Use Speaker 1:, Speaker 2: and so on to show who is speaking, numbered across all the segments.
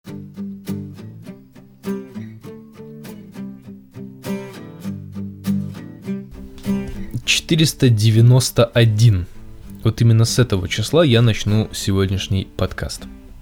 Speaker 1: 491. Вот именно с этого числа я начну сегодняшний подкаст.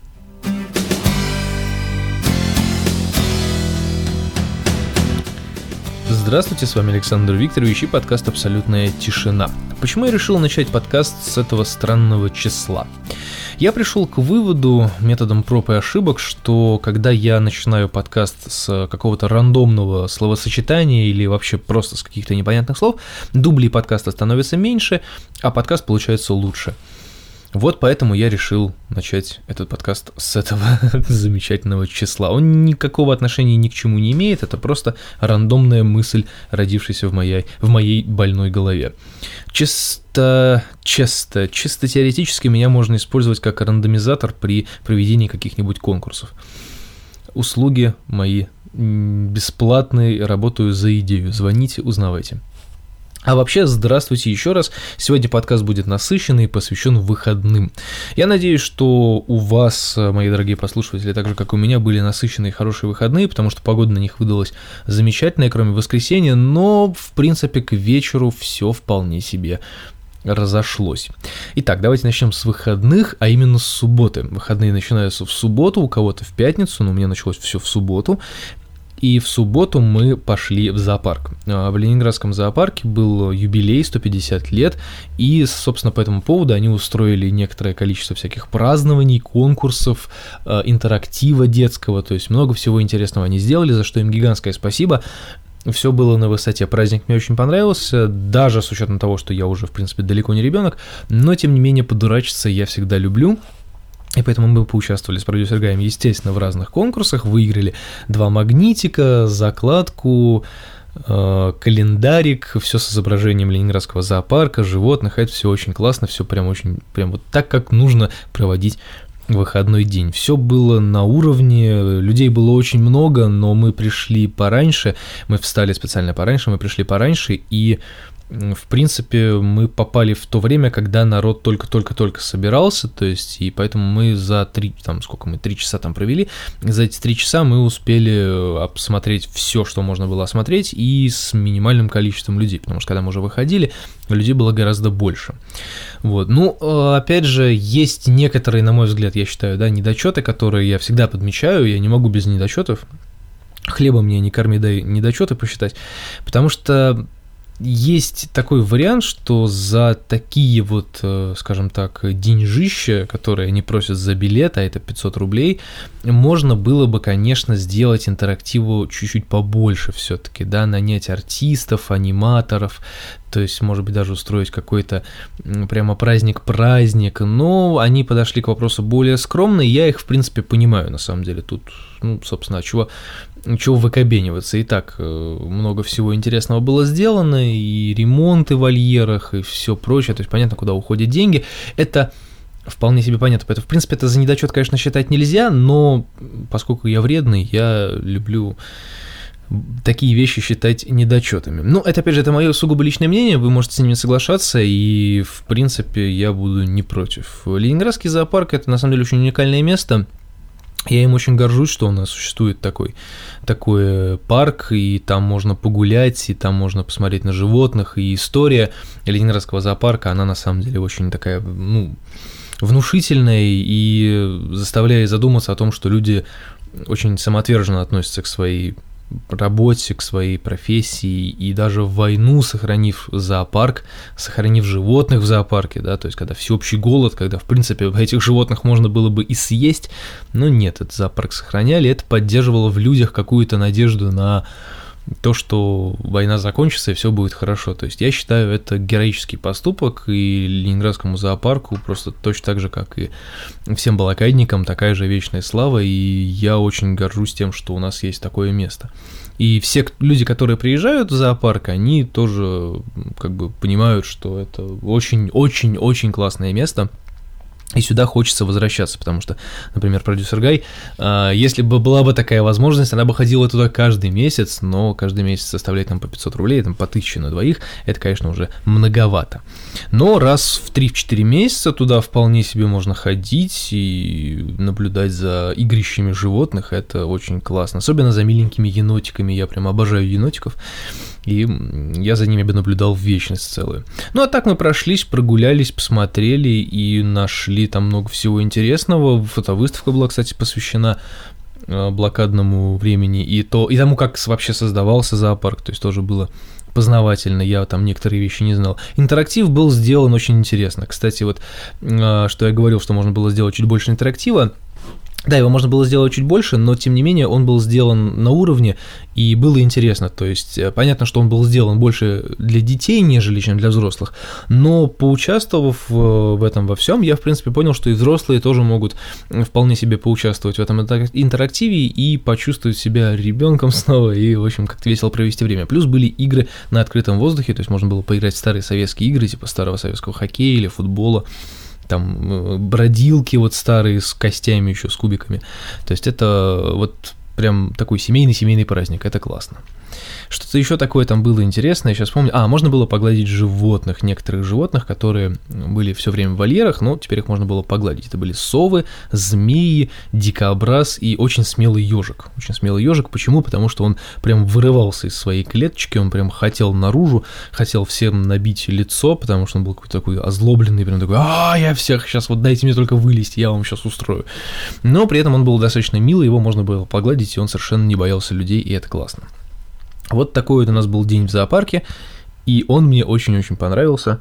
Speaker 1: Здравствуйте, с вами Александр Викторович и подкаст «Абсолютная тишина». Почему я решил начать подкаст с этого странного числа? Я пришел к выводу методом проб и ошибок, что когда я начинаю подкаст с какого-то рандомного словосочетания или вообще просто с каких-то непонятных слов, дублей подкаста становится меньше, а подкаст получается лучше. Вот поэтому я решил начать этот подкаст с этого замечательного числа. Он никакого отношения ни к чему не имеет, это просто рандомная мысль, родившаяся в моей больной голове. Чисто теоретически меня можно использовать как рандомизатор при проведении каких-нибудь конкурсов. Услуги мои бесплатные, работаю за идею. Звоните, узнавайте. А вообще, здравствуйте еще раз. Сегодня подкаст будет насыщенный и посвящен выходным. Я надеюсь, что у вас, мои дорогие прослушиватели, так же, как у меня, были насыщенные и хорошие выходные, потому что погода на них выдалась замечательная, кроме воскресенья, но, в принципе, к вечеру все вполне себе разошлось. Итак, давайте начнем с выходных, а именно с субботы. Выходные начинаются в субботу, у кого-то в пятницу, но у меня началось все в субботу. И в субботу мы пошли в зоопарк. В Ленинградском зоопарке был юбилей, 150 лет, и, собственно, по этому поводу они устроили некоторое количество всяких празднований, конкурсов, интерактива детского, то есть много всего интересного они сделали, за что им гигантское спасибо. Все было на высоте, праздник мне очень понравился, даже с учетом того, что я уже, в принципе, далеко не ребенок, но, тем не менее, подурачиться я всегда люблю. И поэтому мы поучаствовали с продюсер Гаем, естественно, в разных конкурсах, выиграли 2 магнитика, закладку, календарик, все с изображением Ленинградского зоопарка, животных. Это все очень классно, все прям вот так, как нужно проводить выходной день. Все было на уровне, людей было очень много, но мы пришли пораньше, мы встали специально пораньше, мы пришли пораньше, и в принципе, мы попали в то время, когда народ только-только собирался, то есть, и поэтому мы за 3 часа там провели, за эти 3 часа мы успели обсмотреть все, что можно было осмотреть, и с минимальным количеством людей, потому что когда мы уже выходили, людей было гораздо больше. Вот. Ну, опять же, есть некоторые, на мой взгляд, я считаю, да, недочеты, которые я всегда подмечаю, я не могу без недочетов, хлеба мне не корми, дай недочеты посчитать, потому что есть такой вариант, что за такие вот, скажем так, деньжища, которые они просят за билет, а это 500 рублей, можно было бы, конечно, сделать интерактиву чуть-чуть побольше все-таки, да, нанять артистов, аниматоров, то есть, может быть, даже устроить какой-то прямо праздник, но они подошли к вопросу более скромно, и я их, в принципе, понимаю, на самом деле, тут, собственно, чего выкобениваться, и так много всего интересного было сделано, и ремонты в вольерах, и все прочее, то есть, понятно, куда уходят деньги, это вполне себе понятно, поэтому, в принципе, это за недочет, конечно, считать нельзя, но поскольку я вредный, я люблю такие вещи считать недочетами. Ну, это, опять же, это мое сугубо личное мнение, вы можете с ними соглашаться, и, в принципе, я буду не против. Ленинградский зоопарк – это, на самом деле, очень уникальное место. Я им очень горжусь, что у нас существует такой парк, и там можно погулять, и там можно посмотреть на животных, и история Ленинградского зоопарка, она, на самом деле, очень такая, внушительная, и заставляет задуматься о том, что люди очень самоотверженно относятся к своей работе, к своей профессии, и даже в войну, сохранив зоопарк, сохранив животных в зоопарке, да, то есть когда всеобщий голод, когда, в принципе, этих животных можно было бы и съесть, но нет, этот зоопарк сохраняли, это поддерживало в людях какую-то надежду на то, что война закончится и все будет хорошо. То есть я считаю, это героический поступок, и Ленинградскому зоопарку просто точно так же, как и всем блокадникам, такая же вечная слава, и я очень горжусь тем, что у нас есть такое место. И все люди, которые приезжают в зоопарк, они тоже как бы понимают, что это очень-очень-очень классное место. И сюда хочется возвращаться, потому что, например, продюсер Гай, если бы была бы такая возможность, она бы ходила туда каждый месяц, но каждый месяц составлять там по 500 рублей, там по 1000 на двоих, это, конечно, уже многовато. Но раз в 3-4 месяца туда вполне себе можно ходить и наблюдать за игрищами животных, это очень классно, особенно за миленькими енотиками, я прям обожаю енотиков. И я за ними бы наблюдал в вечность целую. Ну, а так мы прошлись, прогулялись, посмотрели и нашли там много всего интересного. Фотовыставка была, кстати, посвящена блокадному времени и тому, как вообще создавался зоопарк, то есть тоже было познавательно, я там некоторые вещи не знал. Интерактив был сделан очень интересно. Кстати, вот, что я говорил, что можно было сделать чуть больше интерактива, да, его можно было сделать чуть больше, но тем не менее он был сделан на уровне и было интересно, то есть понятно, что он был сделан больше для детей, нежели чем для взрослых, но поучаствовав в этом во всем, я в принципе понял, что и взрослые тоже могут вполне себе поучаствовать в этом интерактиве и почувствовать себя ребенком снова и, в общем, как-то весело провести время. Плюс были игры на открытом воздухе, то есть можно было поиграть в старые советские игры, типа старого советского хоккея или футбола, там бродилки вот старые с костями еще, с кубиками. То есть это вот прям такой семейный праздник, это классно. Что-то еще такое там было интересное, я сейчас помню. Можно было погладить животных, некоторых животных, которые были все время в вольерах, но теперь их можно было погладить. Это были совы, змеи, дикобраз и очень смелый ежик. Очень смелый ежик. Почему? Потому что он прям вырывался из своей клеточки, он прям хотел наружу, хотел всем набить лицо, потому что он был какой-то такой озлобленный, прям такой: я всех сейчас, вот дайте мне только вылезть, я вам сейчас устрою. Но при этом он был достаточно милый, его можно было погладить, и он совершенно не боялся людей, и это классно. Вот такой вот у нас был день в зоопарке, и он мне очень-очень понравился.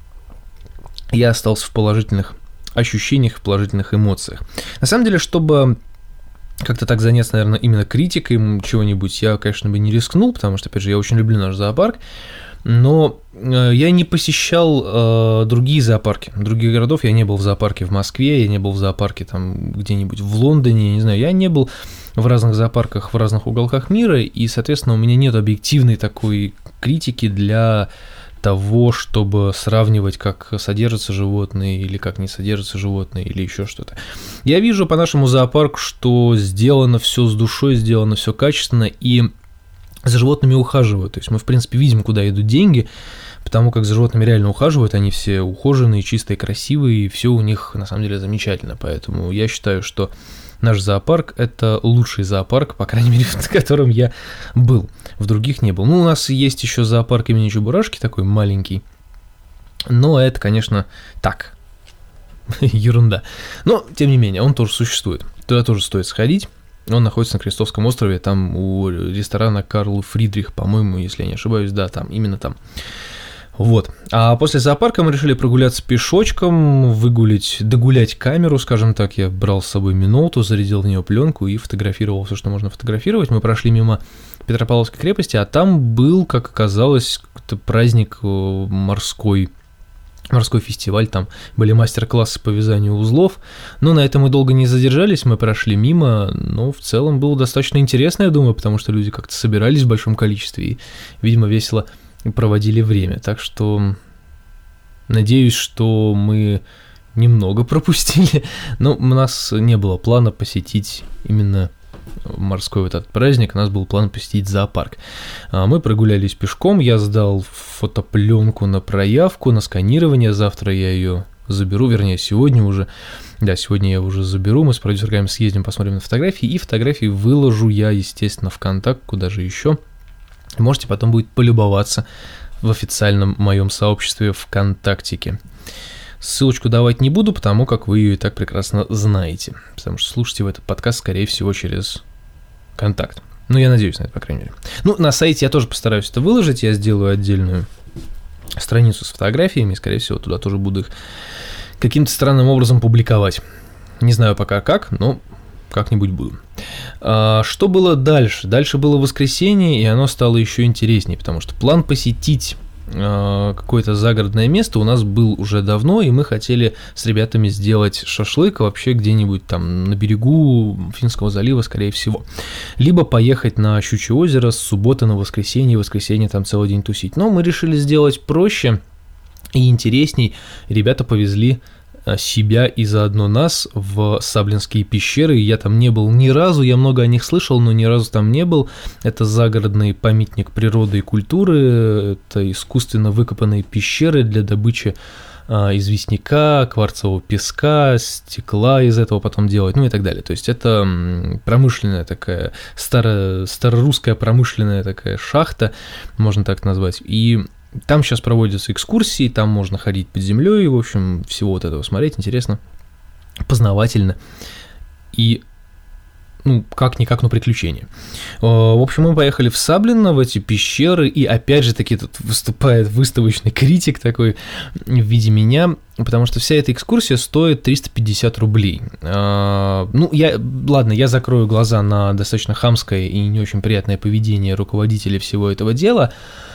Speaker 1: Я остался в положительных ощущениях, в положительных эмоциях. На самом деле, чтобы как-то так заняться, наверное, именно критикой чего-нибудь, я, конечно, бы не рискнул, потому что, опять же, я очень люблю наш зоопарк, но я не посещал другие зоопарки, других городов. Я не был в зоопарке в Москве, я не был в зоопарке там где-нибудь в Лондоне, я не знаю, я не был в разных зоопарках в разных уголках мира, и, соответственно, у меня нет объективной такой критики для того, чтобы сравнивать, как содержатся животные, или как не содержатся животные, или еще что-то. Я вижу по нашему зоопарку, что сделано все с душой, сделано все качественно, и за животными ухаживают. То есть мы, в принципе, видим, куда идут деньги, потому как за животными реально ухаживают, они все ухоженные, чистые, красивые, и все у них на самом деле замечательно. Поэтому я считаю, что наш зоопарк – это лучший зоопарк, по крайней мере, в котором я был. В других не был. У нас есть еще зоопарк имени Чебурашки, такой маленький, но это, конечно, так, ерунда. Но, тем не менее, он тоже существует. Туда тоже стоит сходить. Он находится на Крестовском острове, там у ресторана Карл Фридрих, по-моему, если я не ошибаюсь, да, там, именно там. Вот. А после зоопарка мы решили прогуляться пешочком, догулять камеру, скажем так. Я брал с собой Минолту, зарядил в нее пленку и фотографировал все, что можно фотографировать. Мы прошли мимо Петропавловской крепости, а там был, как оказалось, какой-то праздник морской фестиваль, там были мастер-классы по вязанию узлов, но на этом мы долго не задержались, мы прошли мимо, но в целом было достаточно интересно, я думаю, потому что люди как-то собирались в большом количестве и, видимо, весело проводили время, так что надеюсь, что мы немного пропустили, но у нас не было плана посетить именно морской вот этот праздник, у нас был план посетить зоопарк. Мы прогулялись пешком, я сдал фотопленку на проявку, на сканирование, завтра я ее заберу, вернее, сегодня уже. Да, сегодня я уже заберу, мы с продюсерами съездим, посмотрим на фотографии, и фотографии выложу я, естественно, ВКонтакт, куда же еще. Можете потом будет полюбоваться в официальном моем сообществе ВКонтактике. Ссылочку давать не буду, потому как вы ее и так прекрасно знаете, потому что слушаете вы этот подкаст, скорее всего, через контакт. Ну, я надеюсь на это, по крайней мере. Ну, на сайте я тоже постараюсь это выложить, я сделаю отдельную страницу с фотографиями, и, скорее всего, туда тоже буду их каким-то странным образом публиковать. Не знаю пока как, но как-нибудь буду. Что было дальше? Дальше было воскресенье, и оно стало еще интереснее, потому что план посетить какое-то загородное место у нас был уже давно, и мы хотели с ребятами сделать шашлык вообще где-нибудь там на берегу Финского залива, скорее всего. Либо поехать на Щучье озеро с субботы на воскресенье, и воскресенье там целый день тусить. Но мы решили сделать проще и интересней. Ребята повезли себя и заодно нас в Саблинские пещеры. Я там не был ни разу, я много о них слышал, но ни разу там не был. Это загородный памятник природы и культуры, это искусственно выкопанные пещеры для добычи известняка, кварцевого песка, стекла из этого потом делать, ну и так далее. То есть это промышленная такая, старорусская промышленная такая шахта, можно так назвать. И там сейчас проводятся экскурсии, там можно ходить под землей, в общем, всего вот этого смотреть, интересно, познавательно. И как-никак, но приключения. В общем, мы поехали в Саблино, в эти пещеры, и опять же таки тут выступает выставочный критик такой в виде меня, потому что вся эта экскурсия стоит 350 рублей. Я закрою глаза на достаточно хамское и не очень приятное поведение руководителей всего этого дела,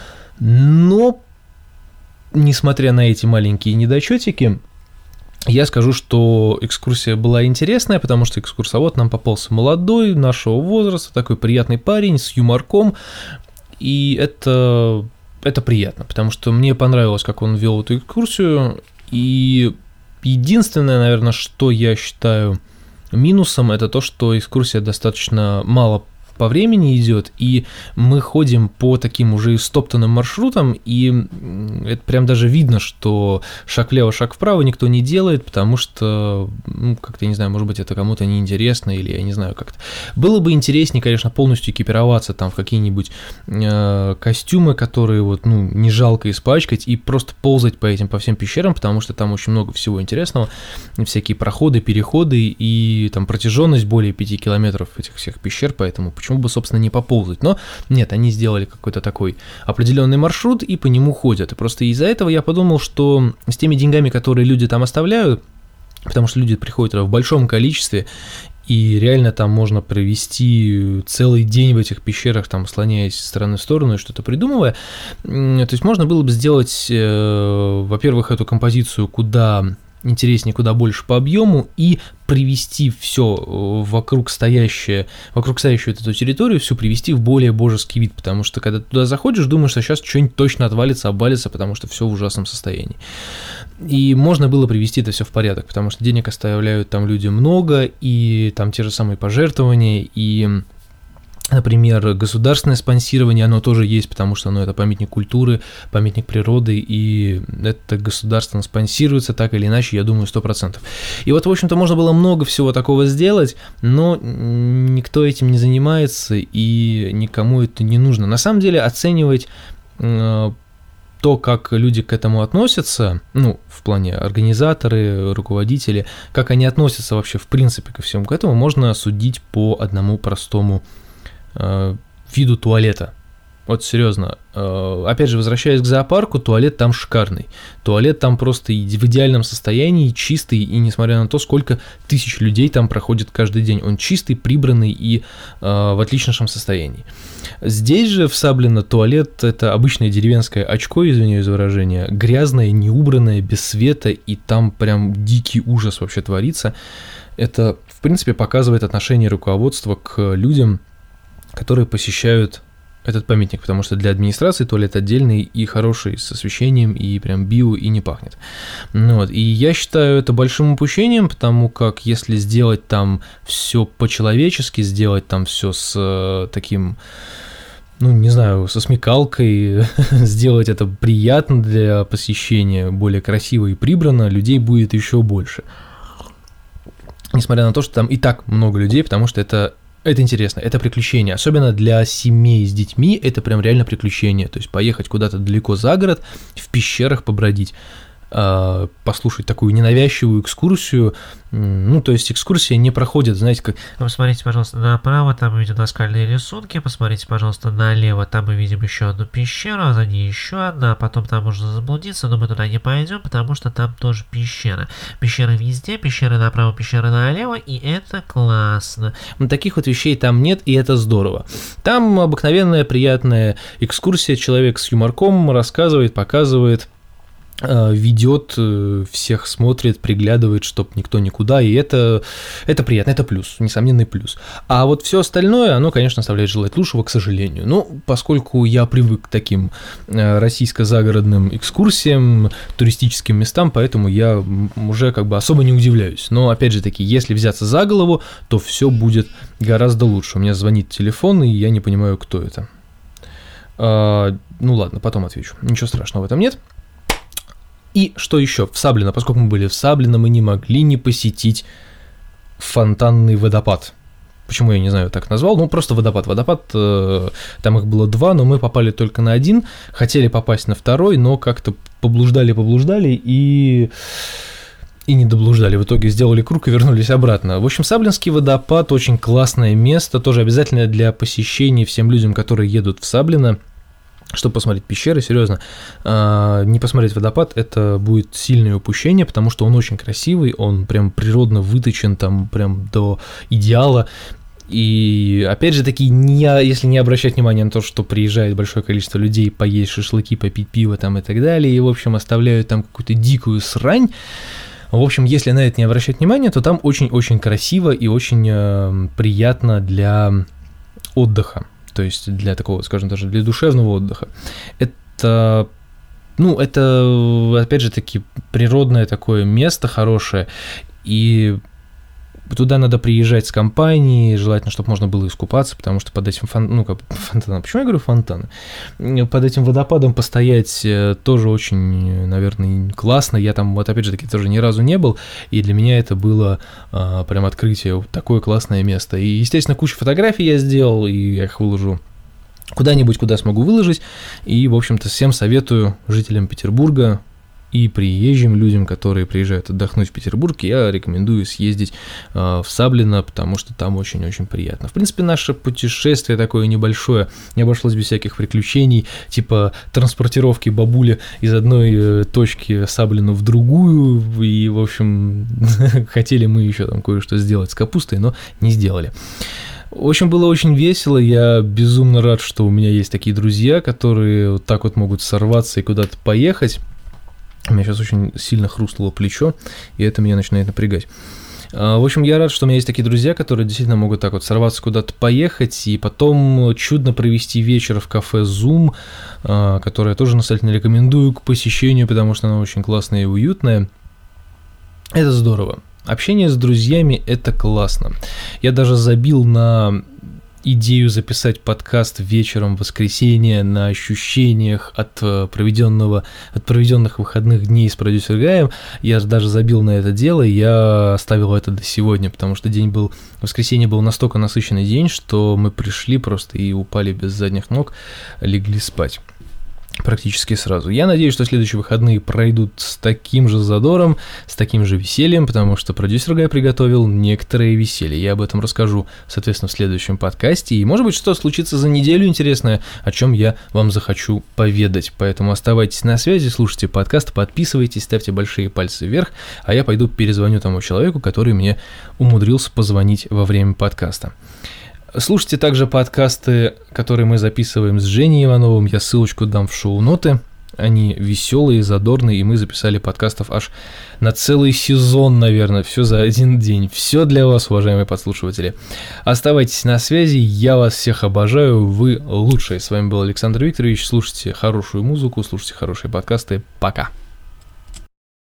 Speaker 1: но, несмотря на эти маленькие недочетики, я скажу, что экскурсия была интересная, потому что экскурсовод нам попался молодой, нашего возраста, такой приятный парень с юморком, и это приятно, потому что мне понравилось, как он вел эту экскурсию, и единственное, наверное, что я считаю минусом, это то, что экскурсия достаточно мало по времени идет, и мы ходим по таким уже стоптанным маршрутам, и это прям даже видно, что шаг влево, шаг вправо никто не делает, потому что, как-то, я не знаю, может быть, это кому-то неинтересно, или я не знаю, как-то. Было бы интереснее, конечно, полностью экипироваться там в какие-нибудь костюмы, которые не жалко испачкать, и просто ползать по всем пещерам, потому что там очень много всего интересного, всякие проходы, переходы, и там протяженность более 5 километров этих всех пещер, поэтому почему бы, собственно, не поползать. Но нет, они сделали какой-то такой определенный маршрут и по нему ходят. И просто из-за этого я подумал, что с теми деньгами, которые люди там оставляют, потому что люди приходят в большом количестве, и реально там можно провести целый день в этих пещерах, там, слоняясь с стороны в сторону и что-то придумывая. То есть можно было бы сделать, во-первых, эту композицию куда интереснее, куда больше по объему, и привести все вокруг стоящую эту территорию, все привести в более божеский вид, потому что когда ты туда заходишь, думаешь, что сейчас что-нибудь точно отвалится, обвалится, потому что все в ужасном состоянии. И можно было привести это все в порядок, потому что денег оставляют там люди много, и там те же самые пожертвования, и, например, государственное спонсирование, оно тоже есть, потому что это памятник культуры, памятник природы, и это государственно спонсируется так или иначе, я думаю, 100%. И в общем-то, можно было много всего такого сделать, но никто этим не занимается, и никому это не нужно. На самом деле, оценивать то, как люди к этому относятся, в плане организаторы, руководители, как они относятся вообще в принципе ко всему к этому, можно судить по одному простому виду туалета. Вот серьезно. Опять же, возвращаясь к зоопарку, туалет там шикарный. Туалет там просто в идеальном состоянии, чистый, и несмотря на то, сколько тысяч людей там проходит каждый день, он чистый, прибранный и в отличнейшем состоянии. Здесь же в Саблино туалет – это обычное деревенское очко, извиняюсь за выражение, грязное, неубранное, без света, и там прям дикий ужас вообще творится. Это, в принципе, показывает отношение руководства к людям, которые посещают этот памятник, потому что для администрации туалет отдельный и хороший, с освещением, и прям био, и не пахнет. И я считаю это большим упущением, потому как если сделать там все по-человечески, сделать там все с таким, со смекалкой, сделать это приятно для посещения, более красиво и прибрано, людей будет еще больше. Несмотря на то, что там и так много людей, потому что это интересно, это приключение, особенно для семей с детьми, это прям реально приключение, то есть поехать куда-то далеко за город, в пещерах побродить, послушать такую ненавязчивую экскурсию, то есть экскурсия не проходит, знаете, как...
Speaker 2: Посмотрите, пожалуйста, направо, там мы видим наскальные рисунки, посмотрите, пожалуйста, налево, там мы видим еще одну пещеру, а за ней еще одна, потом там можно заблудиться, но мы туда не пойдем, потому что там тоже пещера. Пещеры везде, пещеры направо, пещеры налево, и это классно.
Speaker 1: Таких вещей там нет, и это здорово. Там обыкновенная приятная экскурсия, человек с юморком рассказывает, показывает, ведет, всех смотрит, приглядывает, чтоб никто никуда, и это приятно, это плюс, несомненный плюс. А вот все остальное, оно, конечно, оставляет желать лучшего, к сожалению. Ну, поскольку я привык к таким российско-загородным экскурсиям, туристическим местам, поэтому я уже как бы особо не удивляюсь. Но, опять же таки, если взяться за голову, то все будет гораздо лучше. У меня звонит телефон, и я не понимаю, кто это. Ну ладно, потом отвечу. Ничего страшного в этом нет. И что еще? В Саблино, поскольку мы были в Саблино, мы не могли не посетить фонтанный водопад. Почему я не знаю, так назвал? Ну, просто водопад. Водопад, там их было 2, но мы попали только на 1. Хотели попасть на 2, но как-то поблуждали и не доблуждали. В итоге сделали круг и вернулись обратно. В общем, Саблинский водопад очень классное место, тоже обязательно для посещения всем людям, которые едут в Саблино. Чтобы посмотреть пещеры, серьезно, не посмотреть водопад, это будет сильное упущение, потому что он очень красивый, он прям природно выточен там прям до идеала. И опять же таки, если не обращать внимания на то, что приезжает большое количество людей поесть шашлыки, попить пиво там и так далее, и, в общем, оставляют там какую-то дикую срань, в общем, если на это не обращать внимания, то там очень-очень красиво и очень приятно для отдыха. То есть для такого, скажем, даже для душевного отдыха. Это, опять же таки, природное такое место хорошее, и туда надо приезжать с компанией, желательно, чтобы можно было искупаться, потому что под этим фонтаном, почему я говорю фонтаны? Под этим водопадом постоять тоже очень, наверное, классно. Я там, вот опять же таки, тоже ни разу не был, и для меня это было прям открытие, такое классное место. И, естественно, кучу фотографий я сделал, и я их выложу куда-нибудь, куда смогу выложить. И, в общем-то, всем советую жителям Петербурга и приезжим людям, которые приезжают отдохнуть в Петербург, я рекомендую съездить в Саблино, потому что там очень-очень приятно. В принципе, наше путешествие такое небольшое, не обошлось без всяких приключений, типа транспортировки бабули из одной точки Саблино в другую, и, в общем, хотели мы еще там кое-что сделать с капустой, но не сделали. В общем, было очень весело, я безумно рад, что у меня есть такие друзья, которые вот так вот могут сорваться и куда-то поехать. У меня сейчас очень сильно хрустнуло плечо, и это меня начинает напрягать. В общем, я рад, что у меня есть такие друзья, которые действительно могут так вот сорваться куда-то поехать, и потом чудно провести вечер в кафе Zoom, которое я тоже настоятельно рекомендую к посещению, потому что оно очень классное и уютное. Это здорово. Общение с друзьями – это классно. Я даже забил на идею записать подкаст вечером в воскресенье на ощущениях от проведенных выходных дней с продюсером Гаем. Я даже забил на это дело, и я оставил это до сегодня, потому что воскресенье был настолько насыщенный день, что мы пришли просто и упали без задних ног, легли спать. Практически сразу. Я надеюсь, что следующие выходные пройдут с таким же задором, с таким же весельем, потому что продюсер Гай приготовил некоторое веселье. Я об этом расскажу, соответственно, в следующем подкасте. И, может быть, что случится за неделю интересное, о чем я вам захочу поведать. Поэтому оставайтесь на связи, слушайте подкаст, подписывайтесь, ставьте большие пальцы вверх, а я пойду перезвоню тому человеку, который мне умудрился позвонить во время подкаста. Слушайте также подкасты, которые мы записываем с Женей Ивановым, я ссылочку дам в шоу-ноты, они веселые, задорные, и мы записали подкастов аж на целый сезон, наверное, все за один день. Все для вас, уважаемые подслушиватели. Оставайтесь на связи, я вас всех обожаю, вы лучшие. С вами был Александр Викторович, слушайте хорошую музыку, слушайте хорошие подкасты, пока.